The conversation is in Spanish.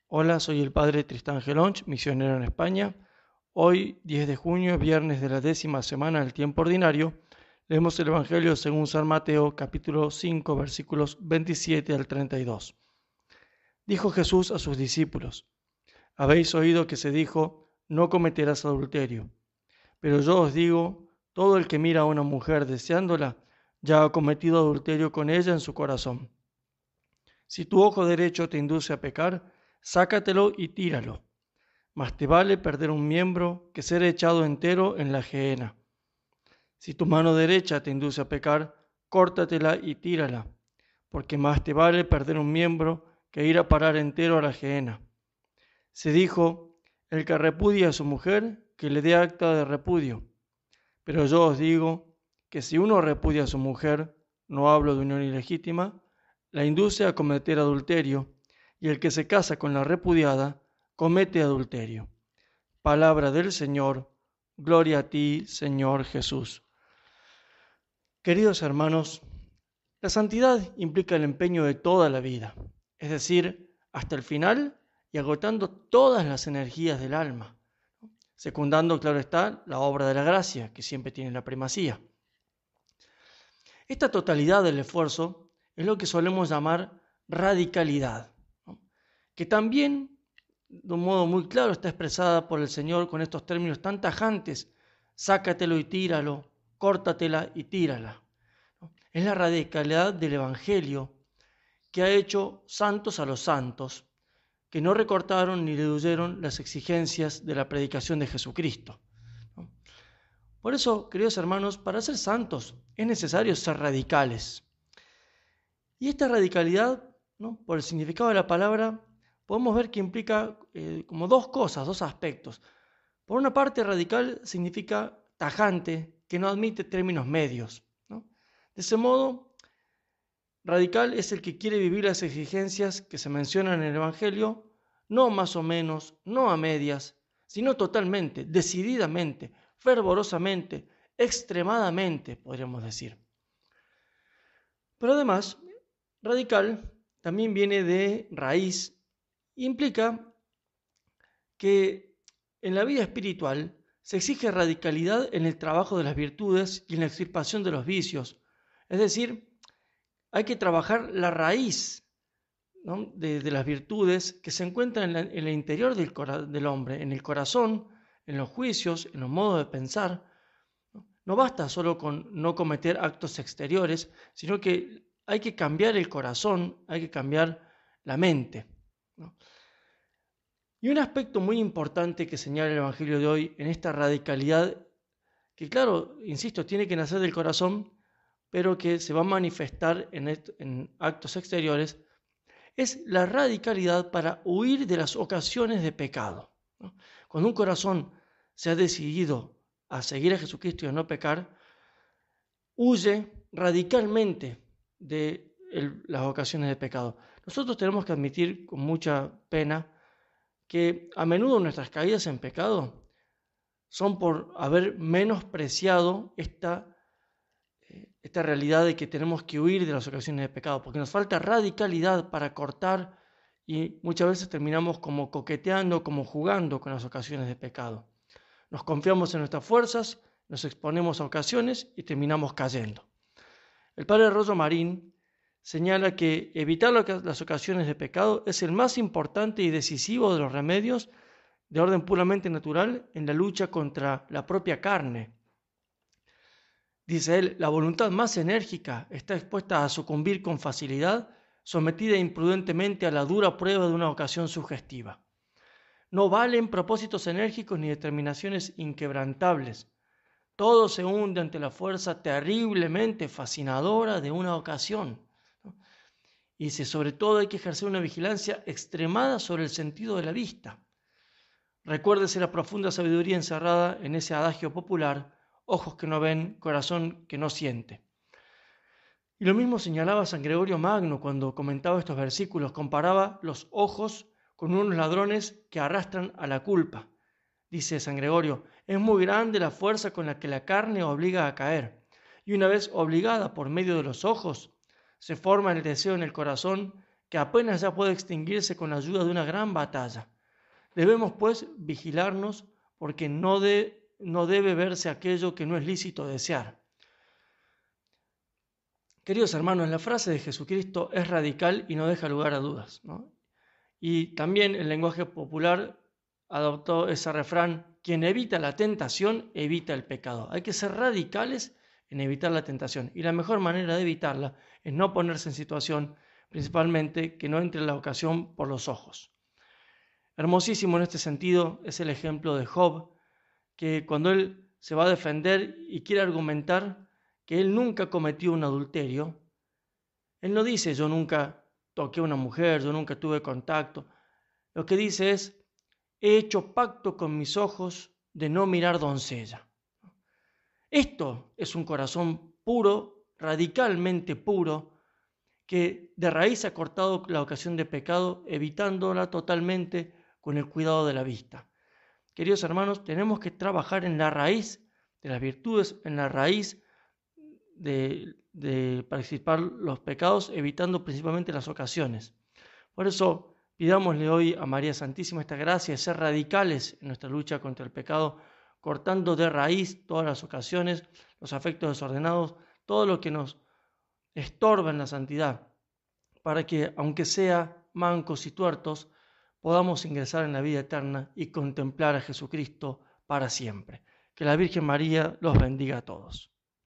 Hola, soy el padre Tristán Gelonch, misionero en España. Hoy, 10 de junio, viernes de la 10ª semana del tiempo ordinario, leemos el Evangelio según San Mateo, capítulo 5, versículos 27 al 32. Dijo Jesús a sus discípulos: Habéis oído que se dijo, no cometerás adulterio. Pero yo os digo, todo el que mira a una mujer deseándola, ya ha cometido adulterio con ella en su corazón. Si tu ojo derecho te induce a pecar, sácatelo y tíralo. Mas te vale perder un miembro que ser echado entero en la gehenna. Si tu mano derecha te induce a pecar, córtatela y tírala, porque más te vale perder un miembro que ir a parar entero a la gehenna. Se dijo, el que repudia a su mujer, que le dé acta de repudio. Pero yo os digo que si uno repudia a su mujer, no hablo de unión ilegítima, la induce a cometer adulterio, y el que se casa con la repudiada, comete adulterio. Palabra del Señor, gloria a ti, Señor Jesús. Queridos hermanos, la santidad implica el empeño de toda la vida, es decir, hasta el final y agotando todas las energías del alma, secundando, claro está, la obra de la gracia, que siempre tiene la primacía. Esta totalidad del esfuerzo es lo que solemos llamar radicalidad, ¿no? Que también, de un modo muy claro, está expresada por el Señor con estos términos tan tajantes: sácatelo y tíralo, córtatela y tírala, ¿no? Es la radicalidad del Evangelio que ha hecho santos a los santos, que no recortaron ni redujeron las exigencias de la predicación de Jesucristo, ¿no? Por eso, queridos hermanos, para ser santos es necesario ser radicales. Y esta radicalidad, ¿no?, por el significado de la palabra, podemos ver que implica como dos cosas, dos aspectos. Por una parte, radical significa tajante, que no admite términos medios, ¿no? De ese modo, radical es el que quiere vivir las exigencias que se mencionan en el Evangelio, no más o menos, no a medias, sino totalmente, decididamente, fervorosamente, extremadamente, podríamos decir. Pero además, radical también viene de raíz e implica que en la vida espiritual se exige radicalidad en el trabajo de las virtudes y en la extirpación de los vicios. Es decir, hay que trabajar la raíz, ¿no?, de las virtudes que se encuentran en el interior del hombre, en el corazón, en los juicios, en los modos de pensar. No basta solo con no cometer actos exteriores, sino que hay que cambiar el corazón, hay que cambiar la mente, ¿no? Y un aspecto muy importante que señala el Evangelio de hoy en esta radicalidad, que claro, insisto, tiene que nacer del corazón, pero que se va a manifestar en actos exteriores, es la radicalidad para huir de las ocasiones de pecado, ¿no? Cuando un corazón se ha decidido a seguir a Jesucristo y a no pecar, huye radicalmente de las ocasiones de pecado. Nosotros tenemos que admitir con mucha pena que a menudo nuestras caídas en pecado son por haber menospreciado esta realidad de que tenemos que huir de las ocasiones de pecado, porque nos falta radicalidad para cortar y muchas veces terminamos como coqueteando, como jugando con las ocasiones de pecado. Nos confiamos en nuestras fuerzas, nos exponemos a ocasiones y terminamos cayendo. El padre Rollo Marín señala que evitar las ocasiones de pecado es el más importante y decisivo de los remedios de orden puramente natural en la lucha contra la propia carne. Dice él, la voluntad más enérgica está expuesta a sucumbir con facilidad, sometida imprudentemente a la dura prueba de una ocasión sugestiva. No valen propósitos enérgicos ni determinaciones inquebrantables. Todo se hunde ante la fuerza terriblemente fascinadora de una ocasión, ¿no? Y dice, sobre todo hay que ejercer una vigilancia extremada sobre el sentido de la vista. Recuérdese la profunda sabiduría encerrada en ese adagio popular: ojos que no ven, corazón que no siente. Y lo mismo señalaba San Gregorio Magno cuando comentaba estos versículos, comparaba los ojos con unos ladrones que arrastran a la culpa. Dice San Gregorio, es muy grande la fuerza con la que la carne obliga a caer, y una vez obligada por medio de los ojos, se forma el deseo en el corazón que apenas ya puede extinguirse con la ayuda de una gran batalla. Debemos, pues, vigilarnos porque no debe verse aquello que no es lícito desear. Queridos hermanos, la frase de Jesucristo es radical y no deja lugar a dudas, ¿no? Y también el lenguaje popular adoptó ese refrán: quien evita la tentación, evita el pecado. Hay que ser radicales en evitar la tentación. Y la mejor manera de evitarla es no ponerse en situación, principalmente, que no entre la ocasión por los ojos. Hermosísimo en este sentido es el ejemplo de Job, que cuando él se va a defender y quiere argumentar que él nunca cometió un adulterio, él no dice yo nunca toqué a una mujer, yo nunca tuve contacto. Lo que dice es: he hecho pacto con mis ojos de no mirar doncella. Esto es un corazón puro, radicalmente puro, que de raíz ha cortado la ocasión de pecado, evitándola totalmente con el cuidado de la vista. Queridos hermanos, tenemos que trabajar en la raíz de las virtudes, en la raíz de participar los pecados, evitando principalmente las ocasiones. Por eso, pidámosle hoy a María Santísima esta gracia de ser radicales en nuestra lucha contra el pecado, cortando de raíz todas las ocasiones, los afectos desordenados, todo lo que nos estorba en la santidad, para que, aunque sea mancos y tuertos, podamos ingresar en la vida eterna y contemplar a Jesucristo para siempre. Que la Virgen María los bendiga a todos.